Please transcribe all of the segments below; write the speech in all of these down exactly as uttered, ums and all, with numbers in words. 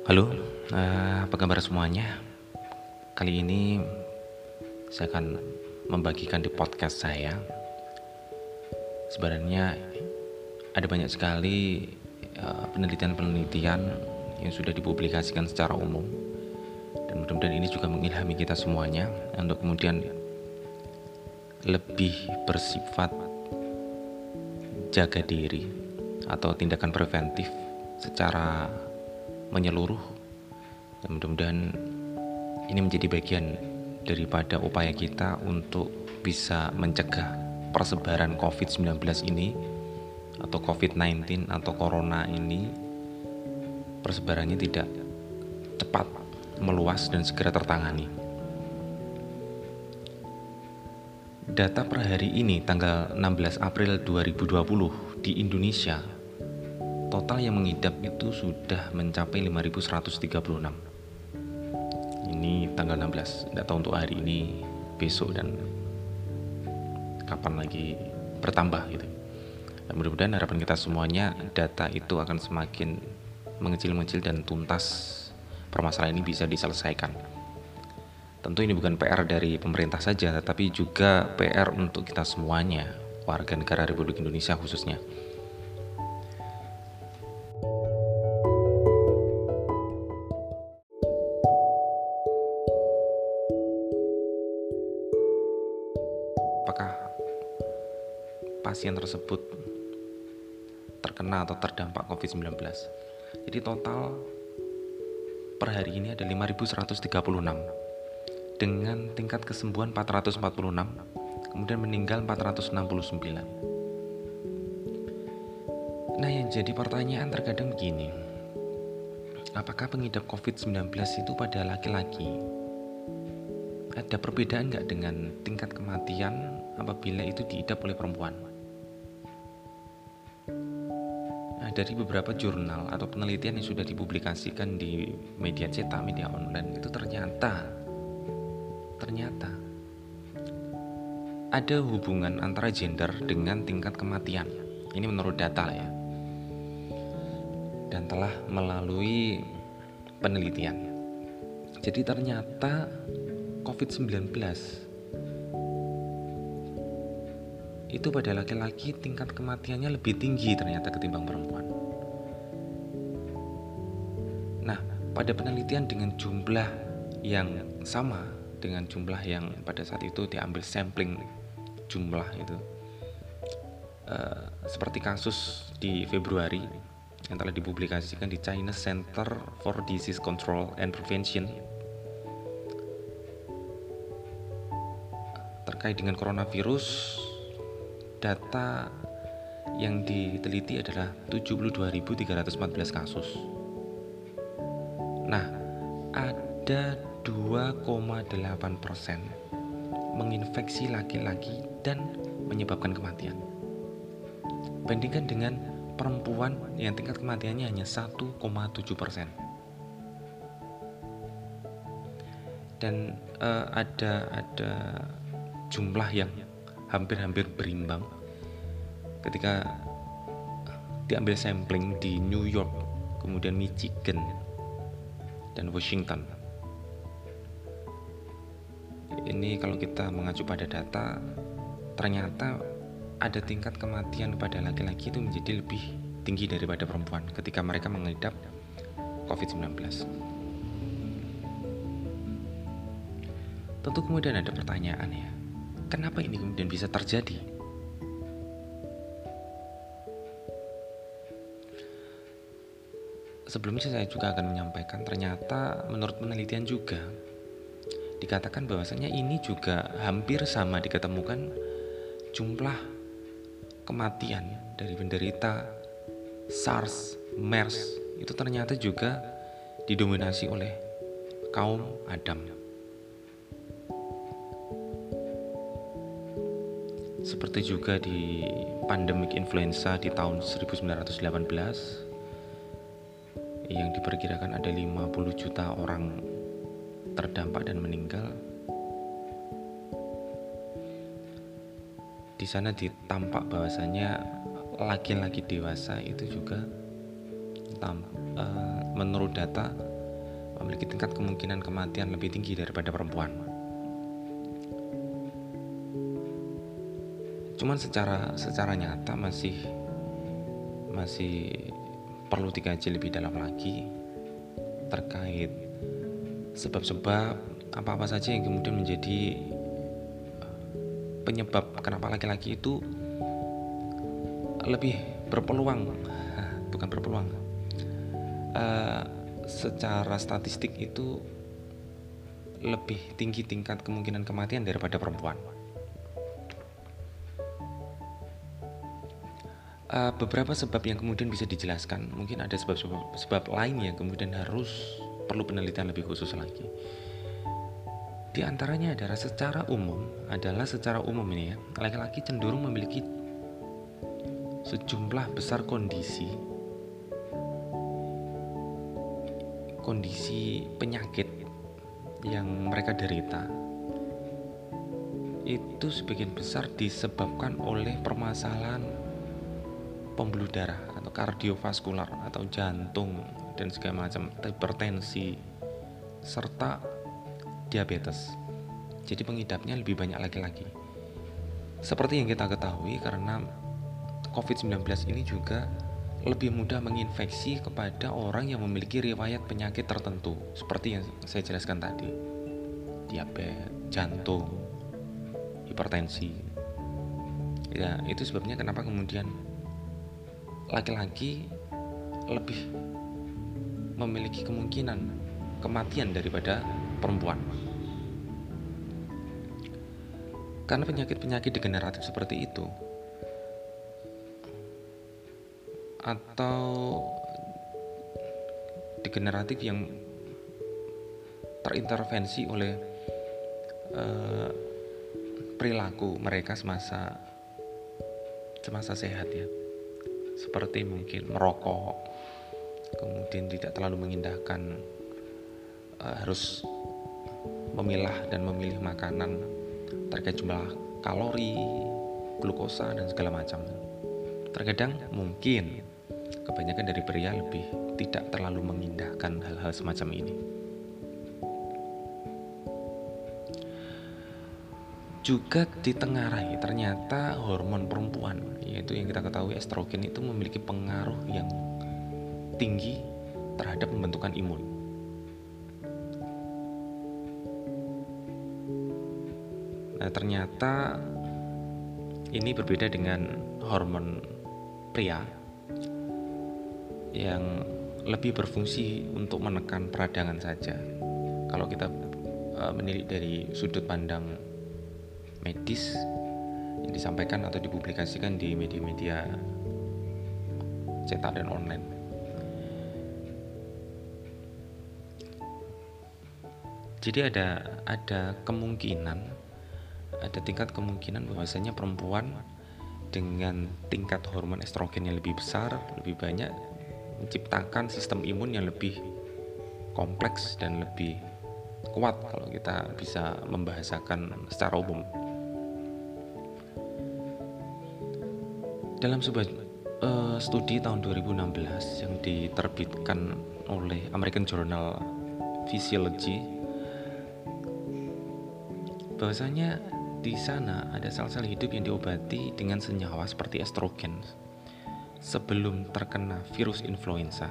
Halo, eh, apa kabar semuanya? Kali ini saya akan membagikan di podcast saya. Sebenarnya ada banyak sekali eh, penelitian-penelitian yang sudah dipublikasikan secara umum, dan mudah-mudahan ini juga mengilhami kita semuanya untuk kemudian lebih bersifat jaga diri atau tindakan preventif secara menyeluruh, dan mudah-mudahan ini menjadi bagian daripada upaya kita untuk bisa mencegah persebaran covid sembilan belas ini atau covid sembilan belas atau corona ini persebarannya tidak cepat meluas dan segera tertangani. Data per hari ini tanggal enam belas April dua ribu dua puluh di Indonesia, total yang mengidap itu sudah mencapai lima ribu seratus tiga puluh enam. Ini tanggal enam belas, tidak tahu untuk hari ini, besok, dan kapan lagi bertambah gitu. Dan mudah-mudahan harapan kita semuanya data itu akan semakin mengecil-mengecil dan tuntas permasalahan ini bisa diselesaikan. Tentu ini bukan P R dari pemerintah saja, tetapi juga P R untuk kita semuanya, warga negara Republik Indonesia khususnya. Apakah pasien tersebut terkena atau terdampak covid sembilan belas? Jadi total per hari ini ada lima ribu seratus tiga puluh enam dengan tingkat kesembuhan empat ratus empat puluh enam, kemudian meninggal empat ratus enam puluh sembilan. Nah, yang jadi pertanyaan terkadang begini, apakah pengidap covid sembilan belas itu pada laki-laki ada perbedaan nggak dengan tingkat kematian apabila itu diidap oleh perempuan? Nah, dari beberapa jurnal atau penelitian yang sudah dipublikasikan di media cetak, media online, itu ternyata ternyata ada hubungan antara gender dengan tingkat kematian. Ini menurut data ya, dan telah melalui penelitian. Jadi ternyata covid sembilan belas itu pada laki-laki tingkat kematiannya lebih tinggi ternyata ketimbang perempuan. Nah, pada penelitian dengan jumlah yang sama dengan jumlah yang pada saat itu diambil sampling jumlah itu, uh, seperti kasus di Februari yang telah dipublikasikan di China Center for Disease Control and Prevention terkait dengan coronavirus. Data yang diteliti adalah tujuh puluh dua ribu tiga ratus empat belas kasus. Nah, ada dua koma delapan persen menginfeksi laki-laki dan menyebabkan kematian. Bandingkan dengan perempuan yang tingkat kematiannya hanya satu koma tujuh persen. Dan uh, ada ada jumlah yang hampir-hampir berimbang ketika diambil sampling di New York, kemudian Michigan, dan Washington. Ini kalau kita mengacu pada data, ternyata ada tingkat kematian pada laki-laki itu menjadi lebih tinggi daripada perempuan ketika mereka mengidap covid sembilan belas. Tentu kemudian ada pertanyaan ya, kenapa ini kemudian bisa terjadi? Sebelumnya saya juga akan menyampaikan, ternyata menurut penelitian juga dikatakan bahwasanya ini juga hampir sama diketemukan jumlah kematian dari penderita SARS, MERS itu ternyata juga didominasi oleh kaum Adam. Seperti juga di pandemik influenza di tahun seribu sembilan ratus delapan belas yang diperkirakan ada lima puluh juta orang terdampak dan meninggal. Di sana ditampak bahwasanya laki-laki dewasa itu juga tam, uh, menurut data memiliki tingkat kemungkinan kematian lebih tinggi daripada perempuan. Cuman secara secara nyata masih masih perlu dikaji lebih dalam lagi terkait sebab-sebab apa-apa saja yang kemudian menjadi penyebab kenapa laki-laki itu lebih berpeluang, bukan berpeluang, uh, secara statistik itu lebih tinggi tingkat kemungkinan kematian daripada perempuan. Uh, beberapa sebab yang kemudian bisa dijelaskan, mungkin ada sebab-sebab sebab lain yang kemudian harus perlu penelitian lebih khusus lagi. Di antaranya adalah secara umum, adalah secara umum ini ya, laki-laki cenderung memiliki sejumlah besar kondisi kondisi penyakit yang mereka derita itu sebagian besar disebabkan oleh permasalahan pembuluh darah atau kardiovaskular atau jantung dan segala macam, hipertensi serta diabetes. Jadi pengidapnya lebih banyak laki-laki. Seperti yang kita ketahui, karena covid sembilan belas ini juga lebih mudah menginfeksi kepada orang yang memiliki riwayat penyakit tertentu, seperti yang saya jelaskan tadi, diabetes, jantung, hipertensi. Ya, itu sebabnya kenapa kemudian laki-laki lebih memiliki kemungkinan kematian daripada perempuan. Karena penyakit-penyakit degeneratif seperti itu atau degeneratif yang terintervensi oleh uh, perilaku mereka semasa semasa sehat ya, seperti mungkin merokok, kemudian tidak terlalu mengindahkan uh, harus memilah dan memilih makanan terkait jumlah kalori, glukosa dan segala macam. Terkadang mungkin kebanyakan dari pria lebih tidak terlalu mengindahkan hal-hal semacam ini. Juga ditengarai ternyata hormon perempuan, yaitu yang kita ketahui estrogen, itu memiliki pengaruh yang tinggi terhadap pembentukan imun. Nah, ternyata ini berbeda dengan hormon pria yang lebih berfungsi untuk menekan peradangan saja. Kalau kita uh, menilik dari sudut pandang medis yang disampaikan atau dipublikasikan di media-media cetak dan online. Jadi ada ada kemungkinan, ada tingkat kemungkinan bahwasanya perempuan dengan tingkat hormon estrogen yang lebih besar, lebih banyak, menciptakan sistem imun yang lebih kompleks dan lebih kuat kalau kita bisa membahasakan secara umum. Dalam sebuah uh, studi tahun dua ribu enam belas yang diterbitkan oleh American Journal Physiology, bahwasanya di sana ada sel-sel hidup yang diobati dengan senyawa seperti estrogen sebelum terkena virus influenza.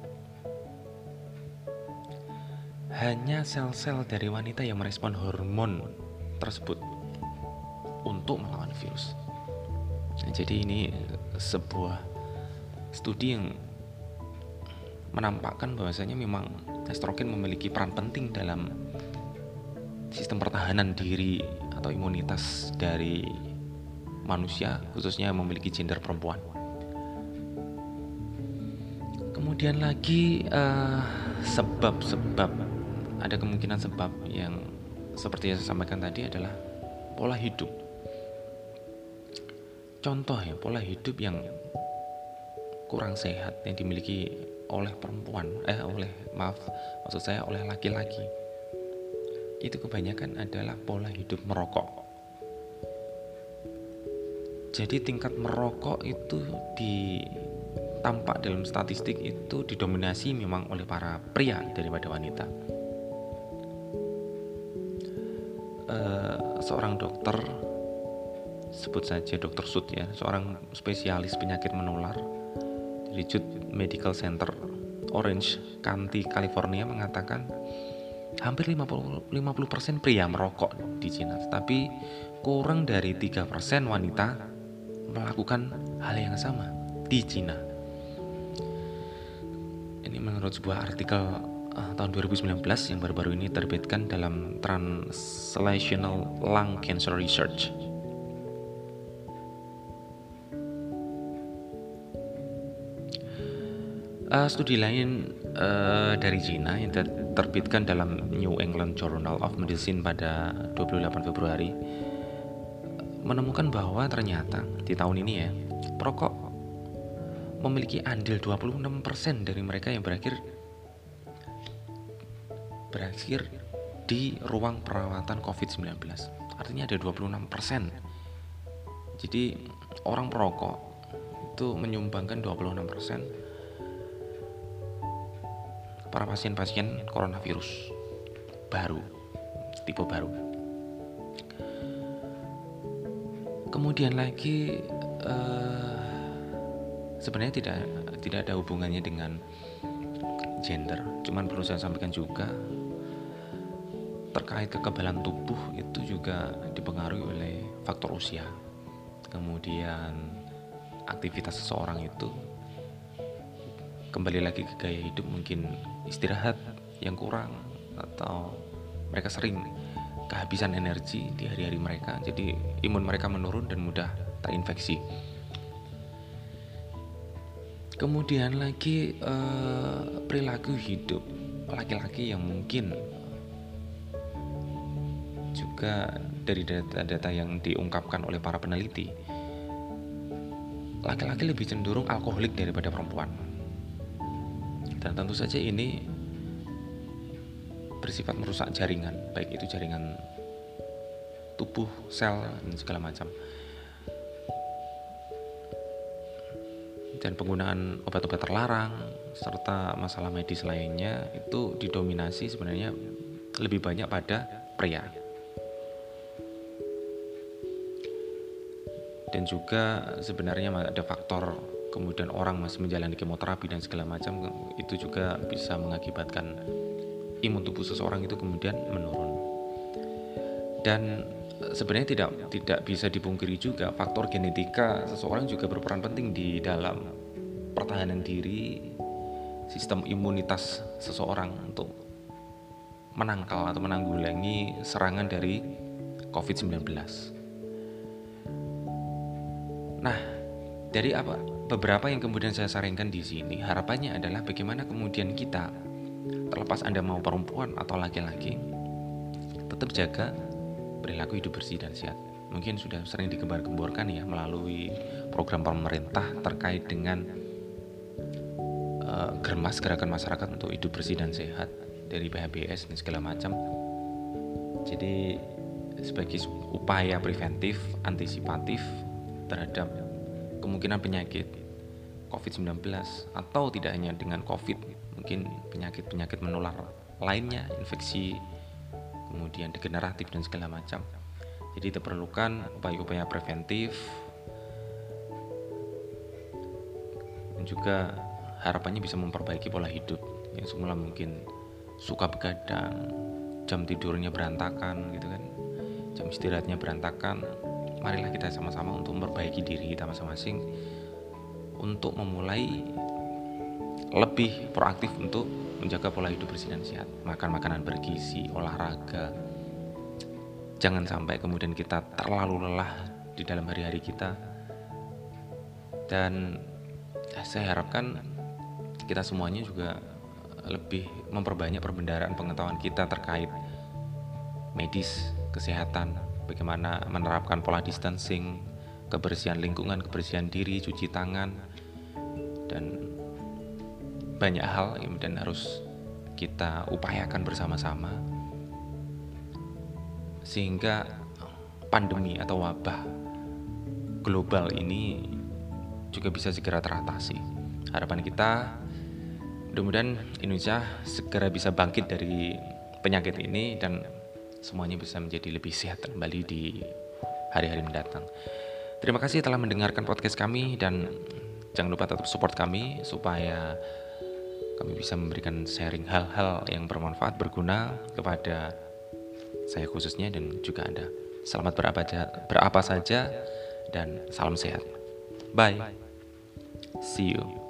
Hanya sel-sel dari wanita yang merespon hormon tersebut untuk melawan virus. Nah, jadi ini sebuah studi yang menampakkan bahwasanya memang estrogen memiliki peran penting dalam sistem pertahanan diri atau imunitas dari manusia, khususnya yang memiliki gender perempuan. Kemudian lagi uh, sebab-sebab, ada kemungkinan sebab yang seperti yang saya sampaikan tadi adalah pola hidup. Contoh ya, pola hidup yang kurang sehat yang dimiliki oleh perempuan, eh oleh maaf, maksud saya oleh laki-laki, itu kebanyakan adalah pola hidup merokok. Jadi tingkat merokok itu di tampak dalam statistik itu didominasi memang oleh para pria daripada wanita. Uh, seorang dokter, sebut saja dokter Sud ya, seorang spesialis penyakit menular dari Jude Medical Center Orange County, California mengatakan hampir lima puluh persen pria merokok di Cina, tapi kurang dari tiga persen wanita melakukan hal yang sama di Cina. Ini menurut sebuah artikel uh, tahun dua ribu sembilan belas yang baru-baru ini terbitkan dalam Translational Lung Cancer Research. Uh, studi lain uh, dari Cina yang ter- terbitkan dalam New England Journal of Medicine pada dua puluh delapan Februari menemukan bahwa ternyata di tahun ini ya, perokok memiliki andil dua puluh enam persen dari mereka yang berakhir berakhir di ruang perawatan covid sembilan belas. Artinya ada dua puluh enam persen. Jadi orang perokok itu menyumbangkan dua puluh enam persen para pasien-pasien coronavirus baru, tipe baru. Kemudian lagi uh, sebenarnya tidak tidak ada hubungannya dengan gender, cuman perlu saya sampaikan juga terkait kekebalan tubuh itu juga dipengaruhi oleh faktor usia. Kemudian aktivitas seseorang itu, kembali lagi ke gaya hidup, mungkin istirahat yang kurang atau mereka sering kehabisan energi di hari-hari mereka, jadi imun mereka menurun dan mudah terinfeksi. Kemudian lagi eh, perilaku hidup laki-laki yang mungkin juga dari data-data yang diungkapkan oleh para peneliti, laki-laki lebih cenderung alkoholik daripada perempuan. Dan tentu saja ini bersifat merusak jaringan, baik itu jaringan tubuh, sel, dan segala macam. Dan penggunaan obat-obat terlarang serta masalah medis lainnya itu didominasi sebenarnya lebih banyak pada pria. Dan juga sebenarnya ada faktor kemudian orang masih menjalani kemoterapi dan segala macam, itu juga bisa mengakibatkan imun tubuh seseorang itu kemudian menurun. Dan sebenarnya tidak tidak bisa dipungkiri juga faktor genetika seseorang juga berperan penting di dalam pertahanan diri, sistem imunitas seseorang untuk menangkal atau menanggulangi serangan dari covid sembilan belas. Nah, dari apa beberapa yang kemudian saya sarankan di sini, harapannya adalah bagaimana kemudian kita, terlepas Anda mau perempuan atau laki-laki, tetap jaga perilaku hidup bersih dan sehat. Mungkin sudah sering digembar-gemborkan ya melalui program pemerintah terkait dengan uh, Germas, Gerakan Masyarakat untuk Hidup Bersih dan Sehat dari P H B S dan segala macam. Jadi sebagai upaya preventif, antisipatif terhadap kemungkinan penyakit covid sembilan belas atau tidak hanya dengan COVID, mungkin penyakit-penyakit menular lainnya, infeksi, kemudian degeneratif dan segala macam. Jadi diperlukan upaya-upaya preventif dan juga harapannya bisa memperbaiki pola hidup yang semula mungkin suka begadang, jam tidurnya berantakan gitu kan, jam istirahatnya berantakan. Marilah kita sama-sama untuk memperbaiki diri kita masing-masing untuk memulai lebih proaktif untuk menjaga pola hidup bersih dan sehat, makan makanan bergizi, olahraga. Jangan sampai kemudian kita terlalu lelah di dalam hari-hari kita. Dan saya harapkan kita semuanya juga lebih memperbanyak perbendaharaan pengetahuan kita terkait medis, kesehatan, bagaimana menerapkan pola distancing, kebersihan lingkungan, kebersihan diri, cuci tangan, dan banyak hal yang dan harus kita upayakan bersama-sama sehingga pandemi atau wabah global ini juga bisa segera teratasi. Harapan kita mudah-mudahan Indonesia segera bisa bangkit dari penyakit ini dan semuanya bisa menjadi lebih sehat kembali di hari-hari mendatang. Terima kasih telah mendengarkan podcast kami dan jangan lupa tetap support kami supaya kami bisa memberikan sharing hal-hal yang bermanfaat, berguna kepada saya khususnya dan juga Anda. Selamat berapa, berapa saja dan salam sehat. Bye. See you.